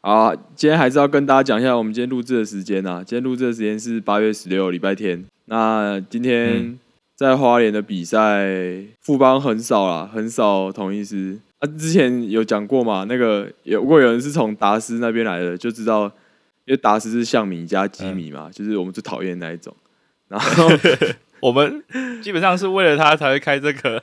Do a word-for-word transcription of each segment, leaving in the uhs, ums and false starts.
好，今天还是要跟大家讲一下我们今天录制的时间啊。今天录制的时间是八月十六，礼拜天。那今天在花莲的比赛，富邦很少啦，很少同医师。啊，之前有讲过嘛，那个有如果有人是从达斯那边来的，就知道，因为达斯是象迷加基迷嘛，嗯、就是我们最讨厌的那一种。然后我们基本上是为了他才会开这个。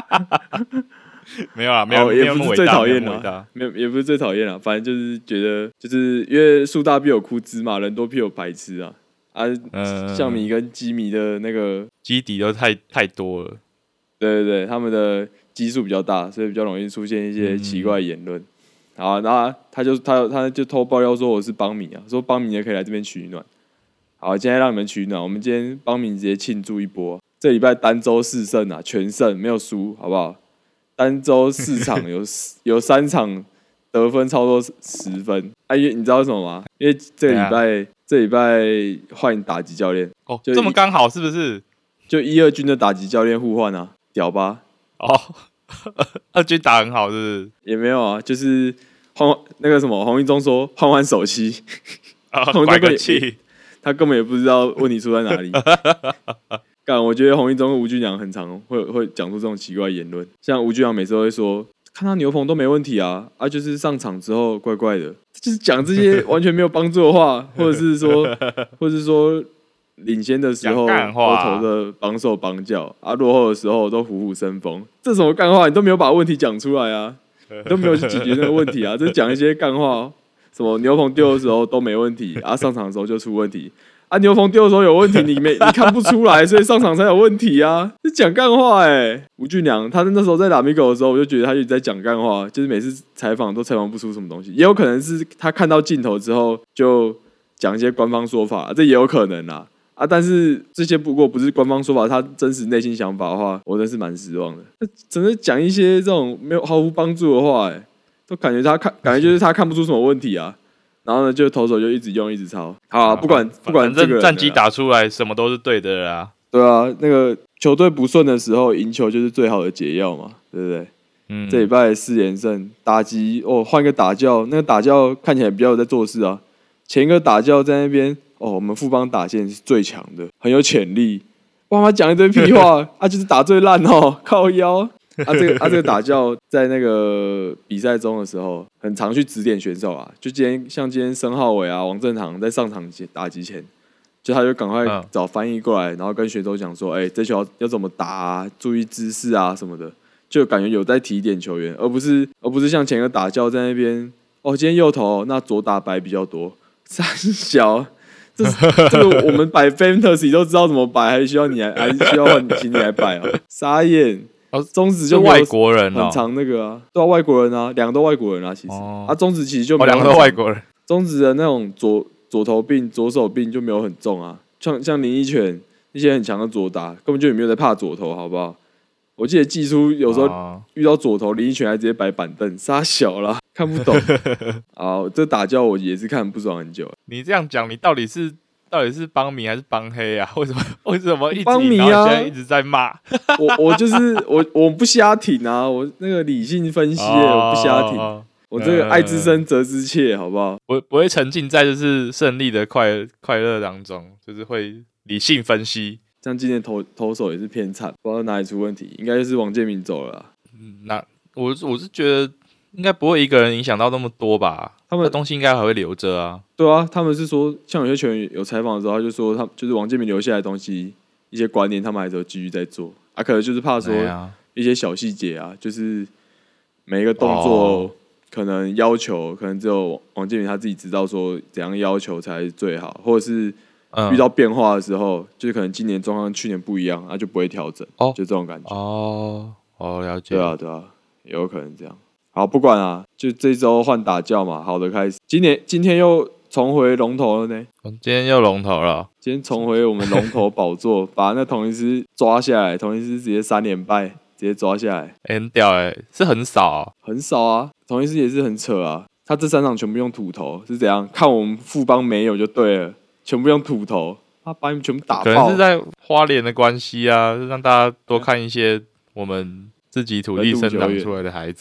没有啦，没有， 哦、也不是最讨厌的，没有，也不是最讨厌啦。反正就是觉得，就是因为树大必有枯枝嘛，人多必有白痴啊。啊，嗯、象迷跟基迷的那个基底都太太多了。 对对对，他们的基数比较大，所以比较容易出现一些奇怪的言论。嗯、好，然后他就他他就偷爆料说我是邦迷啊，说邦迷也可以来这边取暖。好，今天让你们取暖，我们今天邦迷直接庆祝一波。这礼拜单周四胜啊，全胜没有输，好不好？单周四场有有三场得分超过十分，啊，因为你知道为什么吗？因为这个礼拜、啊、这礼拜换打击教练哦，这么刚好是不是？ 就一二军的打击教练互换啊，屌吧？ 哦，二军打很好是不是？ 也没有啊，就是换那个什么洪一中说换换手气， 啊，拐个气， 他根本也不知道问题出在哪里。干，我觉得洪一中跟吴俊良很常会会讲出这种奇怪的言论，像吴俊良每次都会说，看他牛棚都没问题啊，啊就是上场之后怪怪的，就是讲这些完全没有帮助的话，或者是说，或者是说领先的时候都投的绑手绑脚，啊落后的时候都虎虎生风，这什么干话你都没有把问题讲出来啊，你都没有去解决那个问题啊，这讲一些干话，什么牛棚丢的时候都没问题，啊上场的时候就出问题。啊，牛棚丢的时候有问题，你没你看不出来，所以上场才有问题啊！是讲干话哎、欸，吴俊良，他那时候在拉米狗的时候，我就觉得他一直在讲干话，就是每次采访都采访不出什么东西，也有可能是他看到镜头之后就讲一些官方说法，这也有可能啦。啊，但是这些不过不是官方说法，他真实内心想法的话，我真是蛮失望的。真的讲一些这种没有毫无帮助的话、欸，哎，都感觉他看，感觉就是他看不出什么问题啊。然后呢，就投手就一直用，一直抄。好、啊，不管不管这个战绩打出来，什么都是对的啦。 对啊，那个球队不顺的时候，赢球就是最好的解药嘛，对不对？嗯。这礼拜四连胜，打击哦，换一个打教，那个打教看起来比较有在做事啊。前一个打教在那边哦，我们富邦打线是最强的，很有潜力。哇，他讲一堆屁话，啊，就是打最烂哦，靠腰。啊，这个啊，这个打教在那个比赛中的时候，很常去指点选手啊。就今天像今天申浩伟啊、王正堂在上场打击前，就他就赶快找翻译过来，然后跟选手讲说：“哎、欸，这球 要, 要怎么打啊？注意姿势啊什么的。”就感觉有在提点球员，而不是而不是像前个打教在那边哦，今天右投那左打白比较多，三小。这这个我们摆 fantasy 都知道怎么摆，还需要你来，还需要换请你来摆啊？傻眼。哦，中职就外国人很常那个啊，对啊，外国人啊，两个都外国人啊，其实、哦、啊，中职其实就没有两、哦、个都外国人， 中职的那种左左投病、左手病就没有很重啊，像像林一拳一些很强的左打，根本就也没有在怕左投，好不好？我记得季初有时候遇到左投，林一拳还直接摆板凳，杀小啦，看不懂啊，这打教我也是看不爽很久。 你这样讲，你到底是？到底是帮迷还是帮黑啊？为什么为什么一直帮迷啊？ 现在一直在骂我，我就是我，我不瞎挺啊！我那个理性分析、欸，哦、我不瞎挺。哦、我这个爱之深责之切，好不好？ 不不会沉浸在就是胜利的快快乐当中，就是会理性分析。 像今天投投手也是偏惨，不知道哪里出问题，应该就是王建民走了啦。 嗯，那我我是觉得应该不会一个人影响到那么多吧。他们的东西应该还会留着啊。 对啊，他们是说，像有些球员有采访的时候，他就说他就是王建民留下来的东西，一些观念，他们还是有继续在做啊。可能就是怕说一些小细节啊，就是每一个动作可能要求，可能只有王建民他自己知道说怎样要求才是最好，或者是遇到变化的时候，嗯、就是可能今年状况跟去年不一样，他就不会调整，哦、就这种感觉。 哦哦，了解。 对啊，对啊，也有可能这样。好，不管啊，就这周换打教嘛，好的开始。今年今天又重回龙头了呢。 今天又龙头了， 今天重回我们龙头宝座，把那同一师抓下来，同一师直接三连败，直接抓下来， 欸、很屌哎、欸，是很少、啊， 很少啊。同一师也是很扯啊，他这三场全部用土投，是怎样？看我们富邦没有就对了，全部用土投，他把你们全部打爆。 可能是在花莲的关系啊，让大家多看一些我们自己土地生长出来的孩子。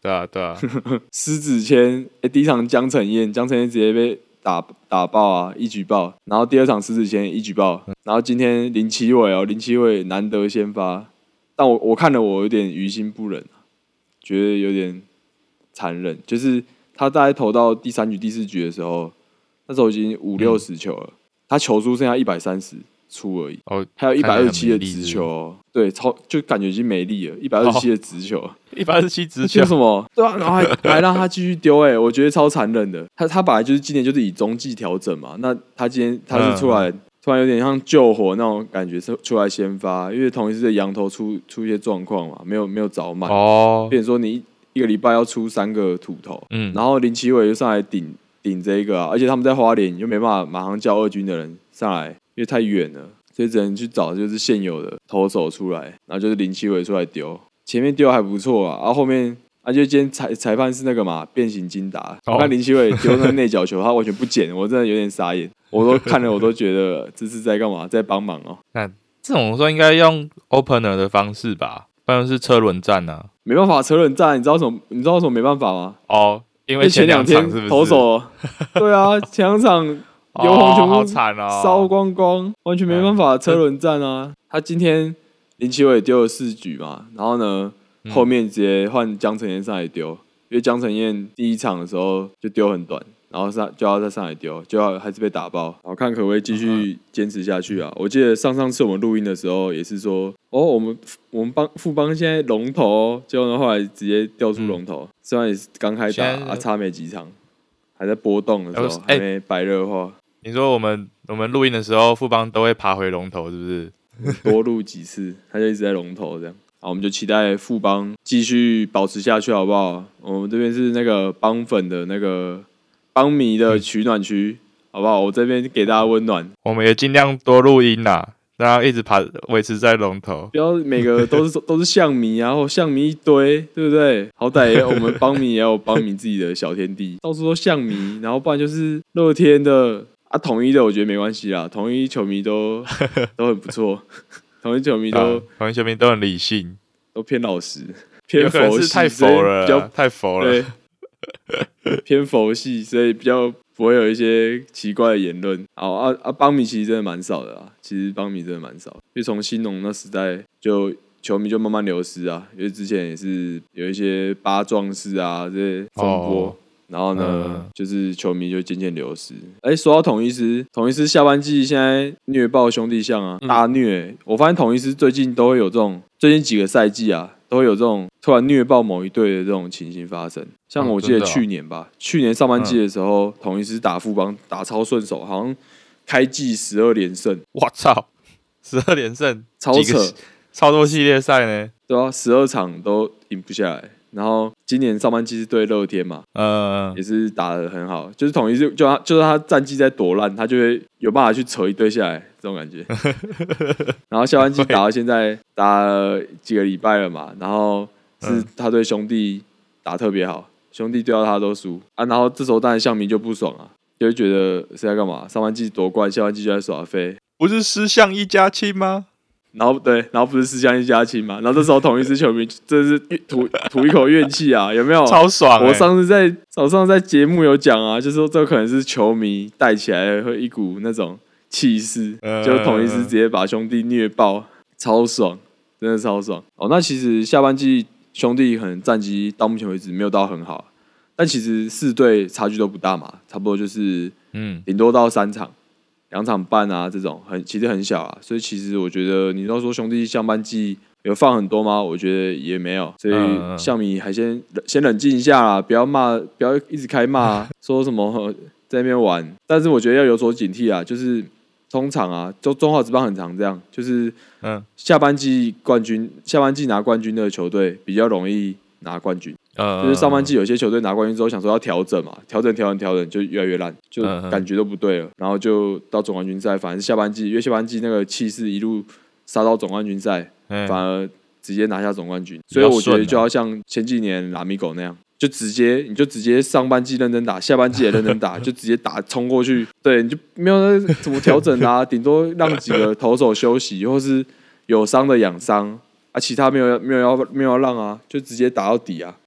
对啊对啊， 施子谦，哎，第一场江承燕，江承燕直接被打打爆啊，一举爆。然后第二场施子谦一举爆，然后今天林奇伟哦，林奇伟难得先发，但我我看了我有点于心不忍，觉得有点残忍。就是他大概投到第三局、第四局的时候，那时候已经五六十球了，嗯、他球数剩下一百三十出而已， 哦， 还有一百二十七的直球、哦，对，超就感觉已经没力了，一百二十七的直球， 一百二十七直球什么？对啊，然后还还让他继续丢，哎，我觉得超残忍的。他他本来就是今年就是以中继调整嘛，那他今天他是出来、嗯、突然有点像救火那种感觉，出来先发，因为同一次的羊头出出一些状况嘛，没有没有找满哦，变成说你一个礼拜要出三个土头，嗯，然后林奇伟就上来顶顶这一个啊，而且他们在花莲又没办法马上叫二军的人上来，因为太远了。所以只能去找就是现有的投手出来，然后就是林奇伟出来丢，前面丢还不错啊，然后后面啊就今天裁裁判是那个嘛变形金达，我、哦、看林奇伟丢那个内角球，他完全不捡，我真的有点傻眼，我都看了我都觉得这是在干嘛，在帮忙哦。 那这种说应该用 opener 的方式吧，不然是车轮战啊， 没办法车轮战，你知道什么？你知道什么没办法吗？ 哦，因为前两天投手，对啊，前两场。油红全部烧光光、哦，完全没办法车轮战啊！他今天林奇伟丢了四局嘛，然后呢，嗯、后面直接换江承燕上来丢，因为江承燕第一场的时候就丢很短，然后上就要再上来丢，就要还是被打爆。我看可不可以继续坚持下去啊？我记得上上次我们录音的时候也是说，哦，我们我们帮富邦现在龙头、哦，结果呢后来直接掉出龙头，嗯、虽然也是刚开打啊，差没几场，还在波动的时候，欸、还没白热化。 你说我们我们录音的时候，富邦都会爬回龙头，是不是？ 多录几次，他就一直在龙头这样。好，我们就期待富邦继续保持下去，好不好？我们这边是那个邦粉的那个邦迷的取暖区，好不好？我这边给大家温暖。 我们也尽量多录音啦，然后一直爬维持在龙头， 不要每个都是都是象迷啊，或象迷一堆，对不对？好歹我们邦迷也有邦迷自己的小天地，到处都象迷，然后不然就是乐天的。啊，统一的我觉得没关系啦，统一球迷都都很不错，统一球迷都、啊、 统一球迷都很理性， 都偏老实，偏佛系， 太佛了，比较太佛了， 对，偏佛系，所以比较不会有一些奇怪的言论。好啊啊，邦迷其实真的蛮少的啦，其实邦迷真的蛮少，因为从兴农那时代就球迷就慢慢流失啊，因为之前也是有一些八壮士啊这些风波。哦，然后呢、嗯，就是球迷就渐渐流失。哎，说到统一狮，统一狮下半季现在虐爆兄弟象啊，大虐、欸！我发现统一狮最近都会有这种，最近几个赛季啊，都会有这种突然虐爆某一队的这种情形发生。像我记得去年吧，哦哦、去年上半季的时候，嗯、统一狮打富邦打超顺手，好像开季十二连胜。 我操，十二连胜， 超扯， 超多系列赛呢。 对啊，十二场都赢不下来。然后今年上半季是对乐天嘛，嗯，也是打得很好，就是统一是就他就是他战绩在多烂，他就会有办法去扯一堆下来这种感觉。然后下半季打到现在打了几个礼拜了嘛，然后是他对兄弟打特别好，兄弟对到他都输啊，然后这时候当然象迷就不爽啊，就会觉得是在干嘛？上半季夺冠，下半季就在耍废， 不是狮象一家亲吗？ 然后对，然后不是狮象一家亲嘛？然后这时候统一狮球迷真是吐吐一口怨气啊，有没有？ 超爽、欸！ 我上次在早上在节目有讲啊，就是说这可能是球迷带起来会一股那种气势，嗯、就统一狮直接把兄弟虐爆，超爽，真的超爽。哦，那其实下半季兄弟可能战绩到目前为止没有到很好，但其实四队差距都不大嘛，差不多就是嗯，顶多到三场。两场半啊，这种很其实很小啊，所以其实我觉得你要说兄弟下半季有放很多吗？我觉得也没有，所以象迷还先先冷静一下啦，不要骂，不要一直开骂、啊，说什么在那边玩。但是我觉得要有所警惕啊，就是通常啊，中中华职棒很常这样，就是嗯，下半季冠军，下半季拿冠军的球队比较容易拿冠军。Uh, 就是上半季有些球队拿冠军之后想说要调整嘛，调整调整调整就越来越烂，就感觉都不对了， uh, 然后就到总冠军赛，反而是下半季，因为下半季那个气势一路杀到总冠军赛， uh, 反而直接拿下总冠军，所以我觉得就要像前几年拉米狗那样，就直接你就直接上半季认真打，下半季也认真打，就直接打冲过去，对，你就没有那怎么调整啊，顶多让几个投手休息，或是有伤的养伤啊，其他没有没有要没有要让啊，就直接打到底啊。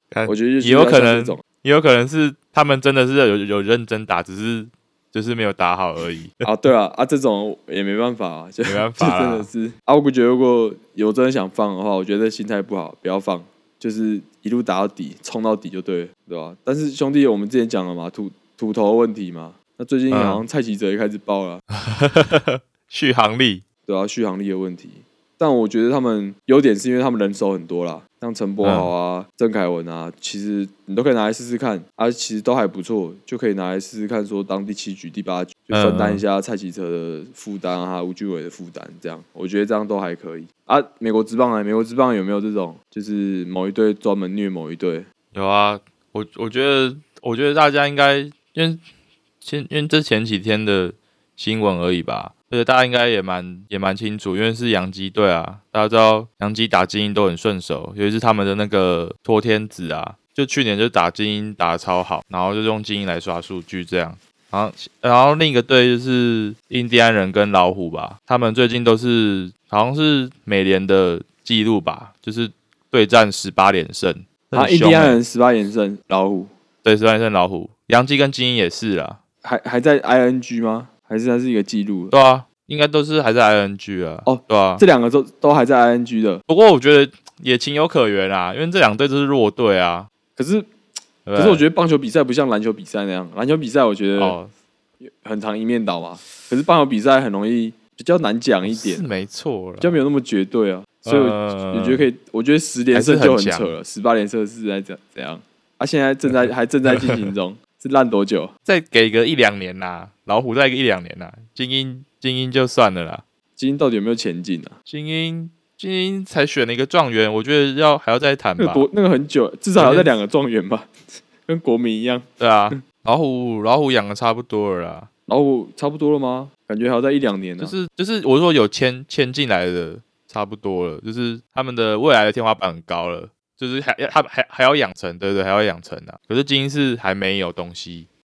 我觉得也有可能，也有可能是他们真的是有有认真打，只是就是没有打好而已。 啊，对啊，啊，这种也没办法、啊，就没办法、啊， 真的是啊。我觉得如果有真的想放的话，我觉得心态不好，不要放，就是一路打到底，冲到底就对了，对吧、啊？但是兄弟，我们之前讲了嘛，土土头的问题嘛，那最近好像蔡奇哲也开始爆了、 啊，续航力， 对啊，续航力的问题。但我觉得他们优点是因为他们人手很多啦，像陈柏豪啊、郑、嗯、凯文啊，其实你都可以拿来试试看啊，其实都还不错，就可以拿来试试看，说当第七局、第八局就分担一下蔡启哲的负担啊，吴俊伟的负担，这样我觉得这样都还可以啊。美国職棒呢？美国職棒有没有这种，就是某一队专门虐某一队？ 有啊，我我觉得，我觉得大家应该因为前因为这前几天的新闻而已吧。而且大家应该也蛮也蛮清楚，因为是洋基队啊，大家知道洋基打精英都很顺手，尤其是他们的那个托天子啊，就去年就打精英打得超好，然后就用精英来刷数据这样。然后然后另一个队就是印第安人跟老虎吧，他们最近都是好像是美联的纪录吧，就是对战十八连胜。 啊，印第安人十八连胜，老虎对十八连胜老虎，洋基跟精英也是啦， 还还在 I N G 吗？还是它是一个记录？ 对啊，应该都是还在 I N G 啊。 哦， 对啊， 这两个都都还在 I N G 的。 不过我觉得也情有可原啊，因为这两队都是弱队啊。 可是，可是我觉得棒球比赛不像篮球比赛那样，篮球比赛我觉得很常一面倒嘛。可是棒球比赛很容易比较难讲一点， 是没错啦， 比较没有那么绝对啊。所以我觉得可以，我觉得十连胜就很扯了，十八连胜是在怎怎样？啊，现在正在还正在进行中。是烂多久？ 再给个一两年啦，老虎再给一两年啦，精英精英就算了啦。 精英到底有没有前进啊？ 精英精英才选了一个状元，我觉得要还要再谈吧。 那个多那个很久，至少还要再两个状元吧，跟国民一样。 对啊，老虎老虎养的差不多了啦。 老虎差不多了吗？感觉还要再一两年呢、 啊。就是就是，我说有签签进来的差不多了，就是他们的未来的天花板很高了。就是还要还还还要养成，对对，还要养成啊。可是精英是还没有东西，